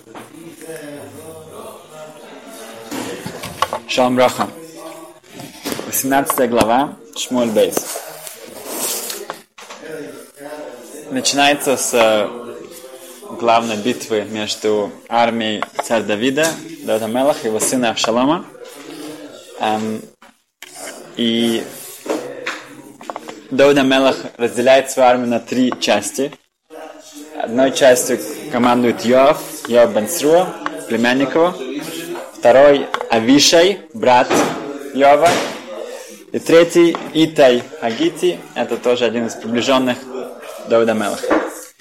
Шалом браха. 18 глава Шмуэль Бейс. Начинается с главной битвы между армией царя Давида, Давида Мелаха и его сына Авшалома. И Давид Мелах разделяет свою армию на 3 части. Одной частью командует Йоав бен Цруа, племянник его. Второй Авишай, брат Йоава. И третий Итай Агити, это тоже один из приближенных Давида Мелаха.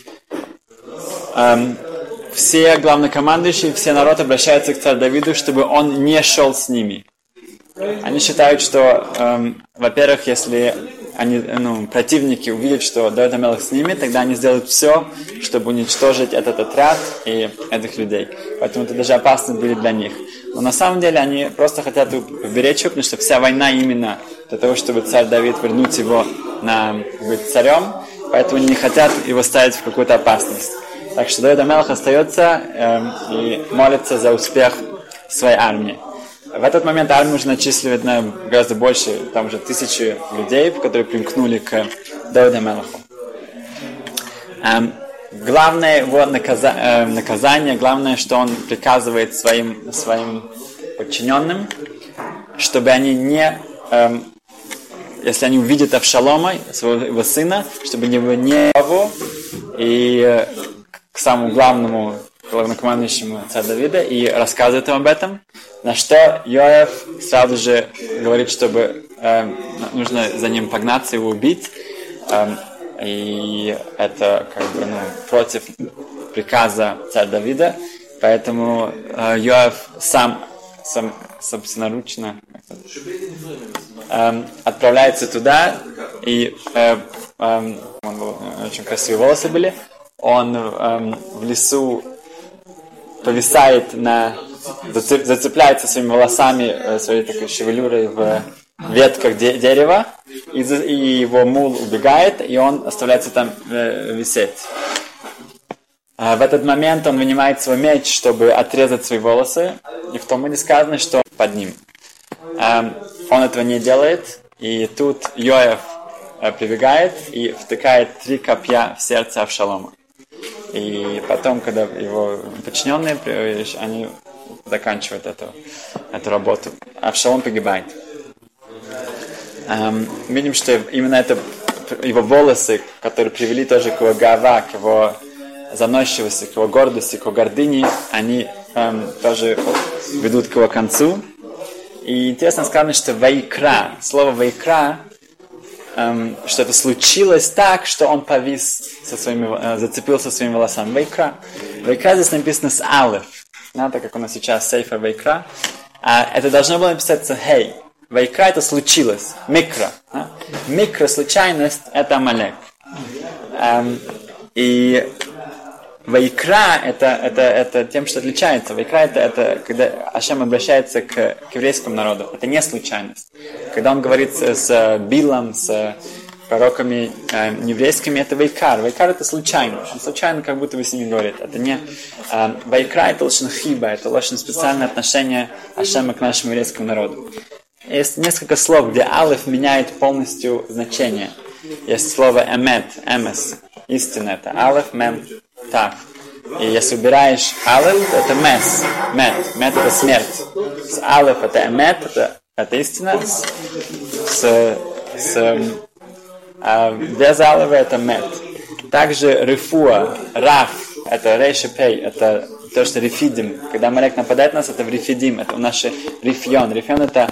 Все главнокомандующие, все народ обращаются к царю Давиду, чтобы он не шел с ними. Они считают, что, во-первых, если противники увидят, что Давид Мелах с ними, тогда они сделают все, чтобы уничтожить этот отряд и этих людей. Поэтому это даже опасно будет для них. Но на самом деле они просто хотят уберечь его, потому что вся война именно для того, чтобы царь Давид вернуть его на быть царем, поэтому они не хотят его ставить в какую-то опасность. Так что Давид Мелах остается и молится за успех своей армии. В этот момент армия уже начисливает гораздо больше, там уже 1000 людей, которые примкнули к Давиду Мелаху. Главное его наказание, главное, что он приказывает своим подчиненным, чтобы они не, если они увидят Авшалома, своего сына, чтобы они не его и к самому главнокомандующему царя Давида и рассказывает им об этом, на что Йоав сразу же говорит, чтобы нужно за ним погнаться, его убить. И это против приказа царя Давида. Поэтому Йоав сам собственноручно отправляется туда. И очень красивые волосы были. Он в лесу повисает зацепляется своими волосами, своей такой шевелюрой в ветках дерева, и его мул убегает, и он оставляется там висеть. В этот момент он вынимает свой меч, чтобы отрезать свои волосы, и в Талмуде сказано, что под ним. Он этого не делает, и тут Йоав прибегает и втыкает 3 копья в сердце Авшалома. И потом, когда его подчиненные, они заканчивают эту работу. Авшалом погибает. Видим, что именно это его волосы, которые привели тоже к его гава, к его заносчивости, к его гордости, к его гордыне, они тоже ведут к его концу. И интересно сказано, что вайкра, слово вайкра, что это случилось так, что он повис зацепился своими волосами. Вайкра. Вайкра здесь написано с алеф. Так как у нас сейчас сейфер вайкра. А это должно было написаться хей. Вайкра это случилось. Микро. Микро случайность это Амалек. И вайкра это тем, что отличается. Вайкра это когда Ашем обращается к еврейскому народу. Это не случайность. Когда он говорит с Билом, с пророками еврейскими, это вайкар. Вайкар это случайно. Он случайно как будто бы с ними говорит. Это не вайкра, это лошен хиба, это лошен специальное отношение Ашема к нашему еврейскому народу. Есть несколько слов, где алеф меняет полностью значение. Есть слово эмет, эмес, истина, это алеф, мем, тав. И если убираешь алеф, то это мес, мет это смерть. С алеф это эмет, это истина, без алефа это мет. Также рифуа, раф, это рейшепей, это то, что рифидим. Когда Амалек нападает на нас, это в рифидим, это у нас рифьон. Рифьон это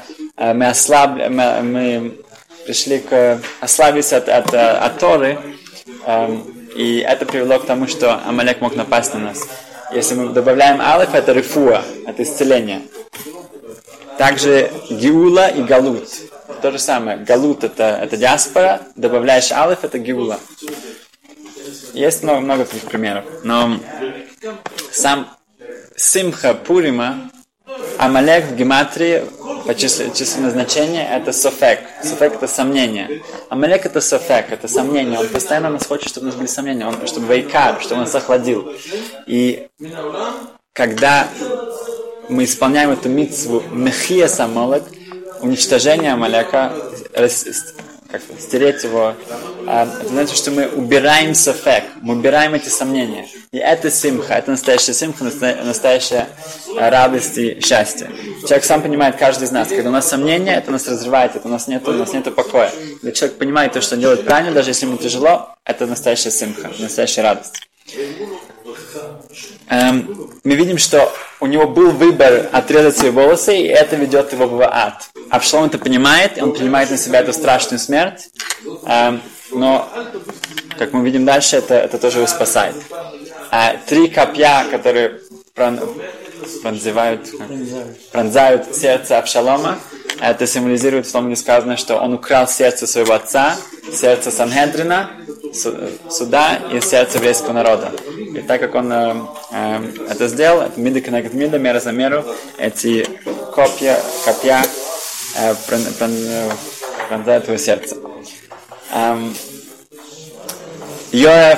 мы пришли к ослабиться от Торы, и это привело к тому, что Амалек мог напасть на нас. Если мы добавляем алеф, это рифуа, это исцеление. Также геула и галут. То же самое. Галут это диаспора, добавляешь алеф, это геула. Есть много таких примеров. Но сам Симха Пурима, Амалек в гематрии по численное значение это софек. Софек это сомнение. Амалек это софек, это сомнение. Он постоянно нас хочет, чтобы у нас были сомнения, чтобы вейкар, чтобы он нас охладил. И когда мы исполняем эту мицву Мехия Самолек, уничтожение Амалека, стереть его, это значит, что мы убираем сафек, мы убираем эти сомнения. И это симха, это настоящая симха, настоящая радость и счастье. Человек сам понимает, каждый из нас, когда у нас сомнения, это нас разрывает, это у нас нету покоя. Когда человек понимает то, что он делает правильно, даже если ему тяжело, это настоящая симха, настоящая радость. Мы видим, что у него был выбор отрезать свои волосы, и это ведет его в ад. Авшалом это понимает, и он принимает на себя эту страшную смерть, но, как мы видим дальше, это тоже его спасает. 3 копья, которые пронзают сердце Авшалома, это символизирует в том, где сказано, что он украл сердце своего отца, сердце Сангедрина, суда и сердце еврейского народа. И так как он это сделал, это мида коннект мида, мера за меру, эти копья пронзают его сердце. Йоэф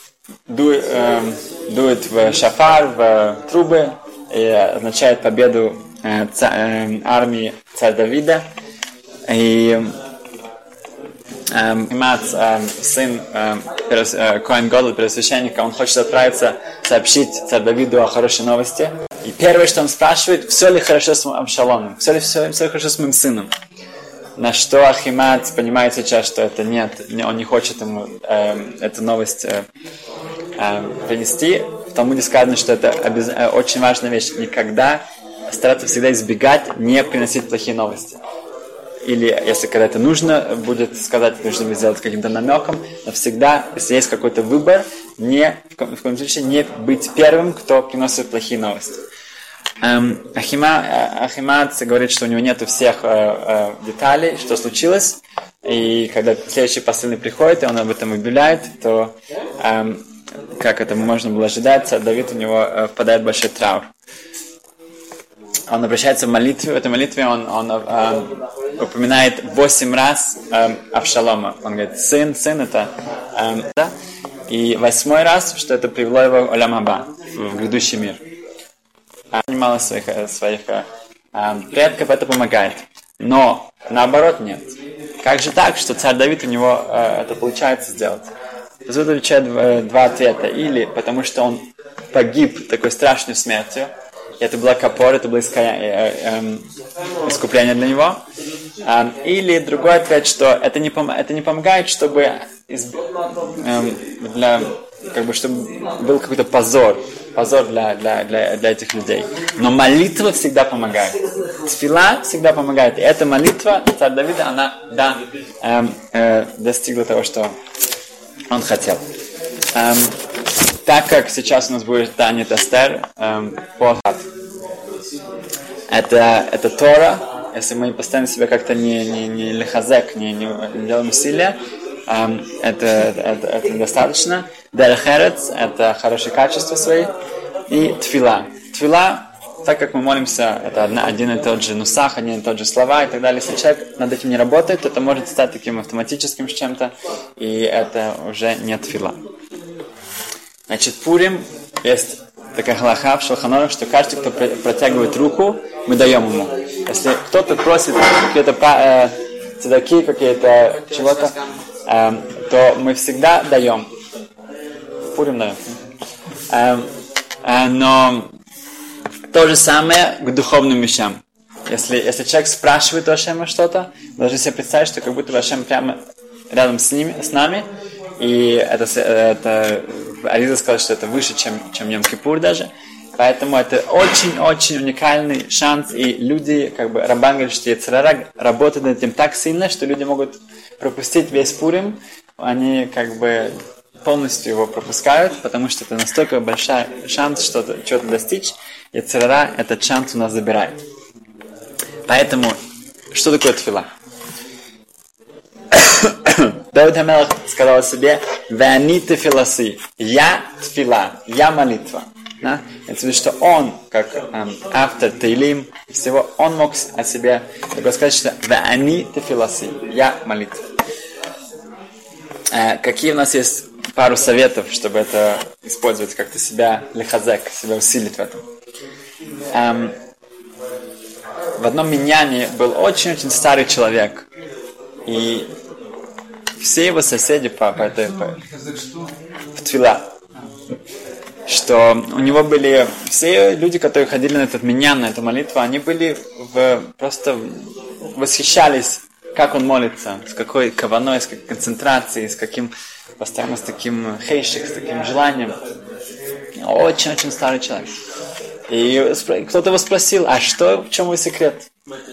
дует в шафар, в трубы, и означает победу армии царя Давида. И Мац, сын Коэн Годл, первосвященника, он хочет отправиться сообщить царю Давиду о хорошей новости. И первое, что он спрашивает, все ли хорошо с Авшаломом, все ли хорошо с моим сыном. На что Ахимац понимает сейчас, что это нет, он не хочет ему эту новость принести. В Талмуде сказано, что это очень важная вещь. Никогда стараться всегда избегать не приносить плохие новости. Или, если когда это нужно, будет сказать, это нужно сделать каким-то намеком, но всегда, если есть какой-то выбор, в коем случае не быть первым, кто приносит плохие новости. Ахимац говорит, что у него нету всех деталей, что случилось, и когда следующий посыльный приходит, и он об этом объявляет, то, как это можно было ожидать, царь Давид, у него впадает в большой траур. Он обращается в молитве. В этой молитве он упоминает 8 раз Авшалома. Он говорит, сын, это... да? И 8-й раз, что это привело его в Олям Хаба, в грядущий мир. Немало своих предков это помогает. Но наоборот нет. Как же так, что царь Давид, у него это получается сделать? Тут отвечает 2 ответа. Или потому что он погиб такой страшной смертью, и это была капор, это было искупление для него. Или другой ответ, что это не помогает, чтобы чтобы был какой-то позор для этих людей. Но молитва всегда помогает. Тфила всегда помогает. И эта молитва царя Давида, она достигла того, что он хотел. Так как сейчас у нас будет Танит Эстер, это Тора. Если мы поставим себя как-то не лехазек, не делаем усилия, это недостаточно. Дерехерец — это хорошие качества свои. И тфила. Тфила, так как мы молимся, это один и тот же нусах, один и тот же слова и так далее. Если человек над этим не работает, то это может стать таким автоматическим с чем-то, и это уже не тфила. Значит, Пурим есть такая халаха в Шулхан Арух, что каждый, кто протягивает руку, мы даем ему. Если кто-то просит какие-то цедаки, какие-то чего-то, то мы всегда даем. Пурим даем. Но то же самое к духовным вещам. Если человек спрашивает у Ашема что-то, должен себе представить, что как будто бы Ашем прямо рядом с нами, и это Ариза сказал, что это выше, чем Йом-Кипур даже. Поэтому это очень-очень уникальный шанс. И люди, Рамбан говорит, что Йецер Гара работает над этим так сильно, что люди могут пропустить весь Пурим. Они полностью его пропускают, потому что это настолько большой шанс чего-то достичь. Йецер Гара этот шанс у нас забирает. Поэтому, что такое тфила? Давид ха-Мелех сказал себе: «Вани тефиласи», «Я тфила», «Я молитва». Да? Это значит, что он, как автор Теилим, всего, он мог о себе сказать, что «Вани тефиласи», «Я молитва». Какие у нас есть пару советов, чтобы это использовать, как-то себя лехазек, себя усилить в этом? в одном миньяне был очень-очень старый человек. И все его соседи в Твила, что у него были все люди, которые ходили на этот миньян, на эту молитву, они были просто восхищались, как он молится, с какой каваной, с какой концентрацией, постоянно с таким хейшик, с таким желанием. Очень-очень старый человек. И кто-то его спросил, а в чем его секрет?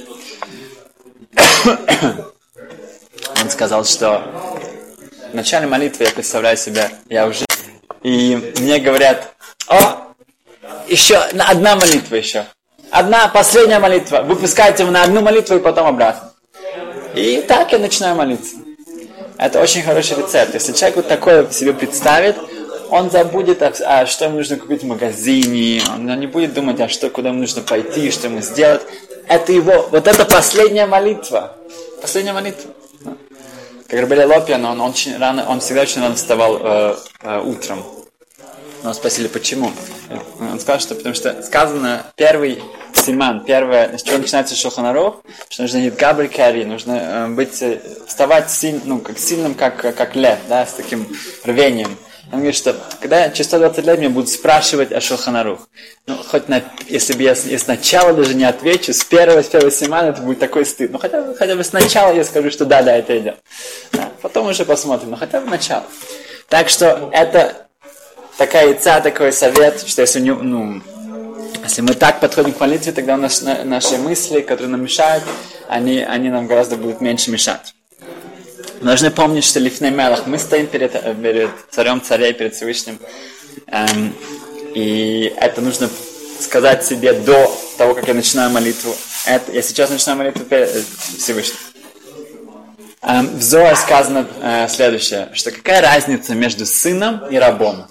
Он сказал, что в начале молитвы я представляю себя, я уже... И мне говорят, еще одна молитва еще. Одна последняя молитва. Выпускайте его на одну молитву и потом обратно. И так я начинаю молиться. Это очень хороший рецепт. Если человек вот такое себе представит, он забудет, что ему нужно купить в магазине, он не будет думать, куда ему нужно пойти, что ему сделать. Это это последняя молитва. Последняя молитва. Как Рабби Лопьян, он всегда очень рано вставал утром. Но спросили, почему. Он сказал, что потому что сказано, первый симан, с чего начинается Шулхан Арух, что нужно габель кари, нужно вставать сильным, как лев, да, с таким рвением. Он говорит, что когда через 120 лет меня будут спрашивать о Шулхан Арух, если я сначала даже не отвечу, с первого симана это будет такой стыд. Хотя бы сначала я скажу, что да, это идет. Да, потом уже посмотрим, но хотя бы начало. Так что это такая яйца, такой совет, что если мы так подходим к молитве, тогда наши мысли, которые нам мешают, они нам гораздо будут меньше мешать. Мы должны помнить, что лифней мелах, мы стоим перед царем царей, перед Всевышним. И это нужно сказать себе до того, как я начинаю молитву. Я сейчас начинаю молитву перед Всевышним. В Зоаре сказано следующее, что какая разница между сыном и рабом?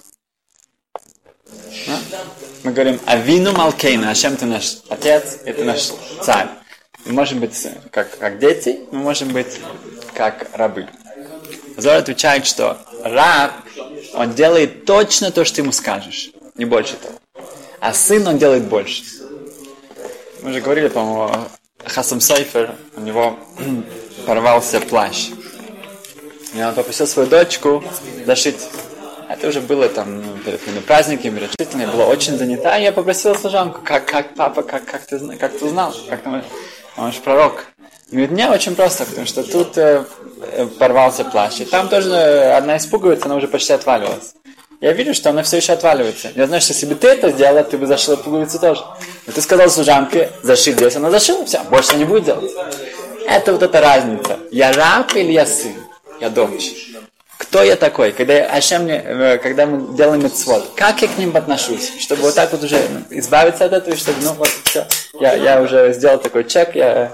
Мы говорим, Авину Малкейна, Ашем ты наш отец, и ты наш царь. Мы можем быть как дети, мы можем быть как рабы. Зоар отвечает, что раб, он делает точно то, что ему скажешь, не больше того. А сын, он делает больше. Мы уже говорили, по-моему, Хасам Сойфер, у него порвался плащ. И он попросил свою дочку зашить. Это уже было перед праздниками, перед шитами, я была очень занята, и я попросила служанку, папа, как ты узнал, он же пророк. И говорит, мне очень просто, потому что тут порвался плащ, и там тоже одна из пуговиц, она уже почти отваливалась. Я вижу, что она все еще отваливается. Я знаю, что если бы ты это сделала, ты бы зашила пуговицу тоже. Но ты сказал служанке, зашить здесь, она зашила, все, больше она не будет делать. Это эта разница. Я раб или я сын? Я дочь. Кто я такой? Когда мы делаем мицвот, как я к ним отношусь? Чтобы вот так вот уже избавиться от этого, чтобы, все. Я уже сделал такой чек, я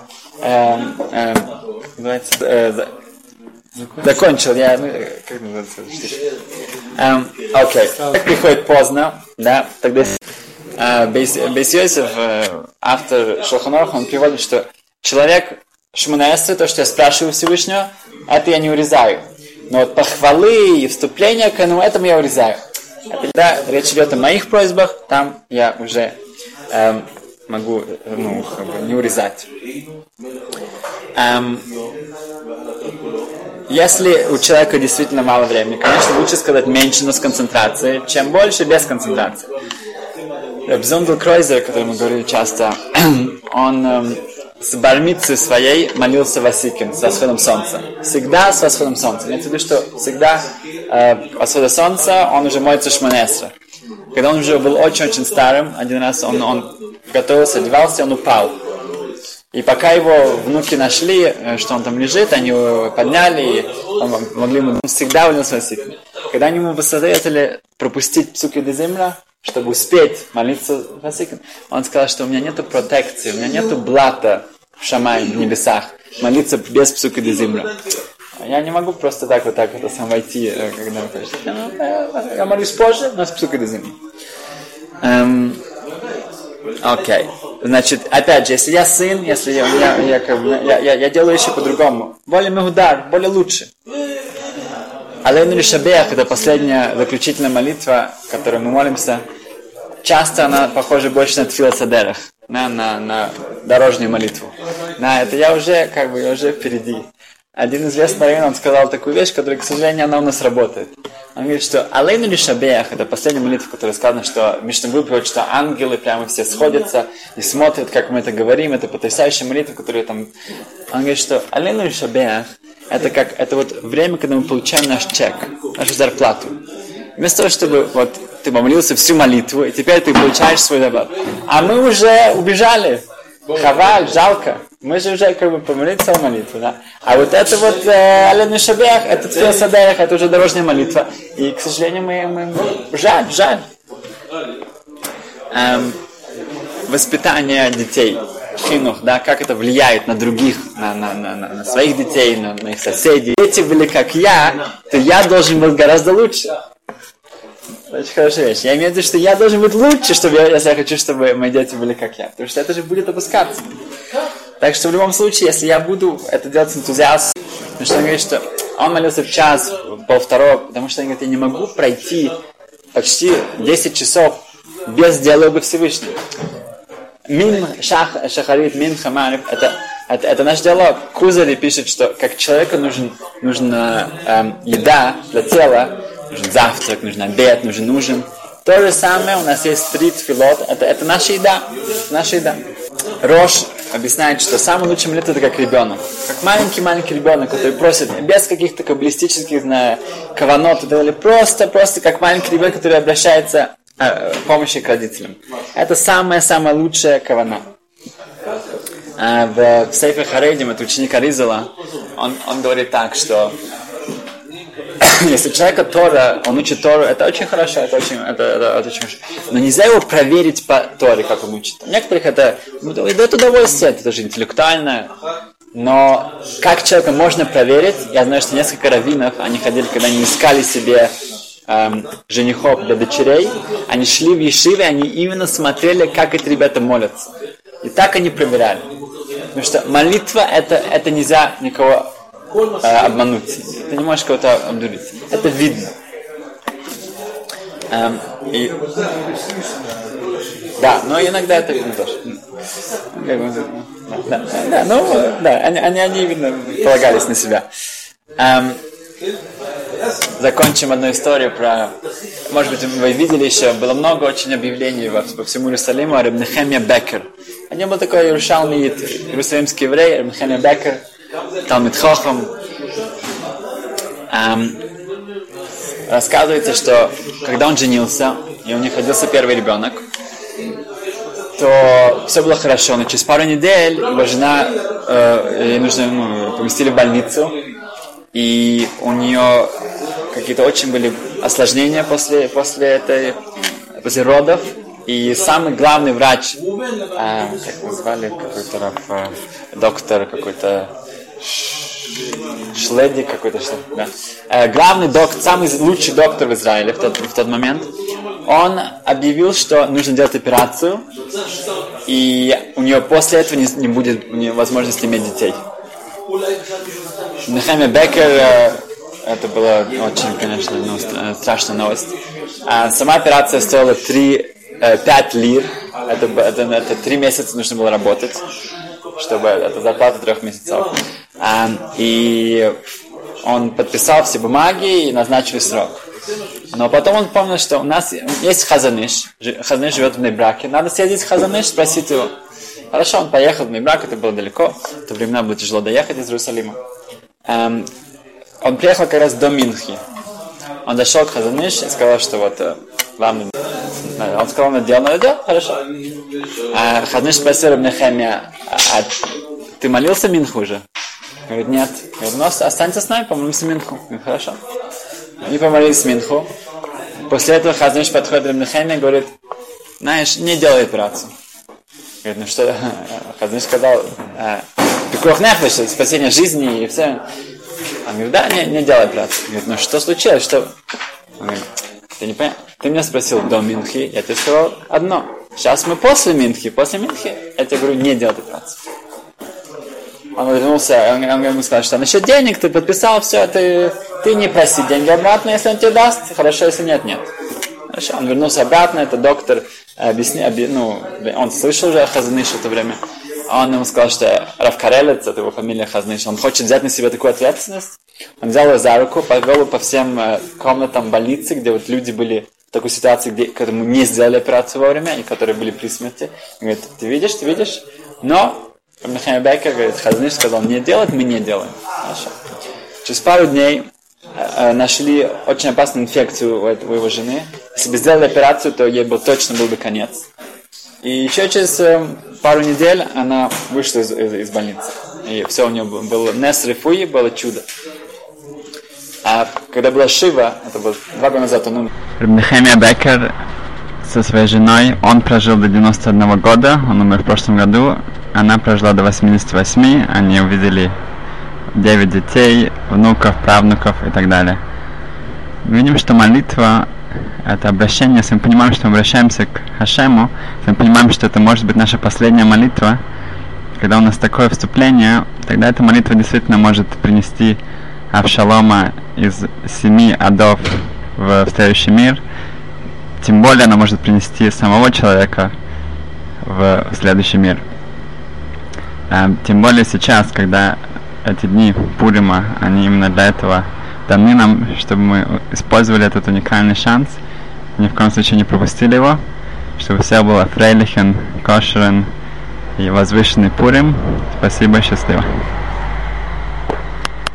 закончил, как называется? Окей. Как приходит поздно, да, тогда Бейс Йосеф, автор Шулхан Аруха, он приводит, что человек Шмонаэсрей, то, что я спрашиваю Всевышнего, это я не урезаю. Но вот похвалы и вступления к этому я урезаю. А когда речь идет о моих просьбах, там я уже могу не урезать. Если у человека действительно мало времени, конечно, лучше сказать меньше, но с концентрацией, чем больше без концентрации. Бзондл Кройзер, о котором мы говорили часто, он с бармицей своей молился Васикин с восходом солнца. Всегда с восходом солнца. Имеется в виду, что всегда восхода солнца он уже молится Шмонаэсрей. Когда он уже был очень-очень старым, один раз он готовился, одевался, он упал. И пока его внуки нашли, что он там лежит, они его подняли, и он всегда молился Васикин. Когда они ему посоветовали пропустить псуки до земля, чтобы успеть молиться Васикин, он сказал, что у меня нету протекции, у меня нету блата в Шамае, в небесах, молиться без псуки до земля. Я не могу просто так сам войти, когда вы хотите. Я молюсь позже, но с псуки до земли. Окей. Значит, опять же, если я сын, если я делаю еще по-другому, более мегудар, более лучше. Алейну лишабех, это последняя заключительная молитва, которой мы молимся. часто она похожа больше на тфилат садерах, на дорожную молитву. Это я уже впереди. Один известный раввин, он сказал такую вещь, которая, к сожалению, она у нас работает. Он говорит, что «Алейну лишабеях» — это последняя молитва, в которой сказано, что Мишна приводит, что ангелы прямо все сходятся и смотрят, как мы это говорим. Это потрясающая молитва, которая там... Он говорит, что «Алейну лишабеях» — это вот время, когда мы получаем наш чек, нашу зарплату. Вместо того, чтобы вот ты помолился всю молитву, и теперь ты получаешь свой зарплату. А мы уже убежали. Хаваль, жалко. Мы же уже помолились целую молитву, да? А вот это вот Алейну лишабеях, это тфилат садерах, это уже дорожная молитва. И, к сожалению, мы жаль. Воспитание детей, хинух, да, как это влияет на других, на своих детей, на их соседей. Дети были как я, то я должен быть гораздо лучше. Очень хорошая вещь. Я имею в виду, что я должен быть лучше, если я хочу, чтобы мои дети были как я. Потому что это же будет опускаться. Так что в любом случае, если я буду это делать с энтузиазмом, потому что он говорит, что он молился в час, полвторого, потому что он говорит, я не могу пройти почти 10 часов без диалога Всевышнего. Мин шахарит, мин хамарив, это наш диалог. Кузари пишет, что как человеку нужна еда для тела, нужен завтрак, нужен обед, нужен ужин. То же самое, у нас есть 3 тфилот, это наша еда. Рош объясняет, что самый лучший молитва это как ребенок. Как маленький ребенок, который просит без каких-то каббалистических каванот, просто как маленький ребенок, который обращается к помощи к родителям. Это самая лучшая кавана. В Сейфер Харедим, это ученик Аризала, он говорит так, что если человека Тора, он учит Тору, это очень хорошо, это очень хорошо. Но нельзя его проверить по Торе, как он учит. У некоторых это дает удовольствие, это тоже интеллектуально. Но как человека можно проверить? Я знаю, что несколько раввинов, они ходили, когда они искали себе женихов для дочерей, они шли в ешивы, они именно смотрели, как эти ребята молятся. И так они проверяли. Потому что молитва, это нельзя никого обмануть. Ты не можешь кого-то обдурить. Это видно. Да, но иногда это видно тоже. Они видно полагались на себя. Закончим одну историю про... Может быть, вы видели еще, было много очень объявлений по всему Иерусалиму о Реб Нехемия Бекер. У него был такой иерушалмиит, иерусалимский еврей, Реб Нехемия Бекер, Талмид Хохам. Рассказывается, что когда он женился, и у них родился первый ребенок, то все было хорошо, но через пару недель его жена, ей нужно, поместили в больницу, и у нее какие-то очень были осложнения после родов, и самый главный врач, как назвали, какой-то доктор, какой-то Шледи какой-то, да. Главный доктор, самый лучший доктор в Израиле в тот момент, он объявил, что нужно делать операцию, и у нее после этого не будет возможности иметь детей. Нехемия Бекер, это была очень, конечно, страшная новость. Сама операция стоила 5 лир, это 3 месяца нужно было работать, чтобы это зарплата 3 месяцев. И он подписал все бумаги и назначили срок. Но потом он помнил, что у нас есть Хазаныш. Хазаныш живет в Нейбраке. Надо съездить в Хазаныш, спросить его. Хорошо, он поехал в Нейбрак, это было далеко. В то времена было тяжело доехать из Иерусалима. Он приехал как раз до Минхи. Он дошел к Хазаныш и сказал, что вот вам... Он сказал, надо делать, хорошо. Хазаныш спросил Реб Нехемия, а ты молился Минху уже? Говорит, нет. Говорит, ну останься с нами, помолимся Минху. Говорит, хорошо. Они помолились Минху. После этого Хазаныш подходит к Реб Нехемии и говорит, знаешь, не делай операцию. Говорит, ну что? Хазаныш сказал, пикуах нефеш, спасение жизни и все. Он говорит, да, не делай операцию. Говорит, ну что случилось? Что? Он говорит, ты не понял? Ты меня спросил до Минхи, я тебе сказал одно. Сейчас мы после Минхи, я тебе говорю, не делай операцию. Он вернулся, он ему сказал, что насчет денег ты подписал все, ты не проси деньги обратно, если он тебе даст, хорошо, если нет, нет. Хорошо, он вернулся обратно, это доктор он слышал уже о Хазаныше в то время, а он ему сказал, что Рав Карелец, это его фамилия Хазаныш, он хочет взять на себя такую ответственность. Он взял его за руку, повел его по всем комнатам больницы, где вот люди были в такой ситуации, где которому не сделали операцию вовремя, и которые были при смерти. Он говорит, ты видишь? Но Михаил Бекер говорит, Хазаныш сказал не делать, мы не делаем. Хорошо. Через пару дней нашли очень опасную инфекцию у его жены. Если бы сделали операцию, то ей точно был бы конец. И еще через пару недель она вышла из больницы. И все у нее было нес рефуи, было чудо. А когда была Шива, это было 2 года назад, он умер. Нехемия Бекер со своей женой, он прожил до 91 года, он умер в прошлом году. Она прожила до 88, они увидели 9 детей, внуков, правнуков и так далее. Мы видим, что молитва — это обращение, если мы понимаем, что мы обращаемся к Хашему, если мы понимаем, что это может быть наша последняя молитва, когда у нас такое вступление, тогда эта молитва действительно может принести Авшалома из 7 адов в следующий мир, тем более она может принести самого человека в следующий мир. Тем более сейчас, когда эти дни Пурима, они именно для этого даны нам, чтобы мы использовали этот уникальный шанс, ни в коем случае не пропустили его, чтобы все было фрейлихен, кошерен и возвышенный Пурим. Спасибо, счастливо.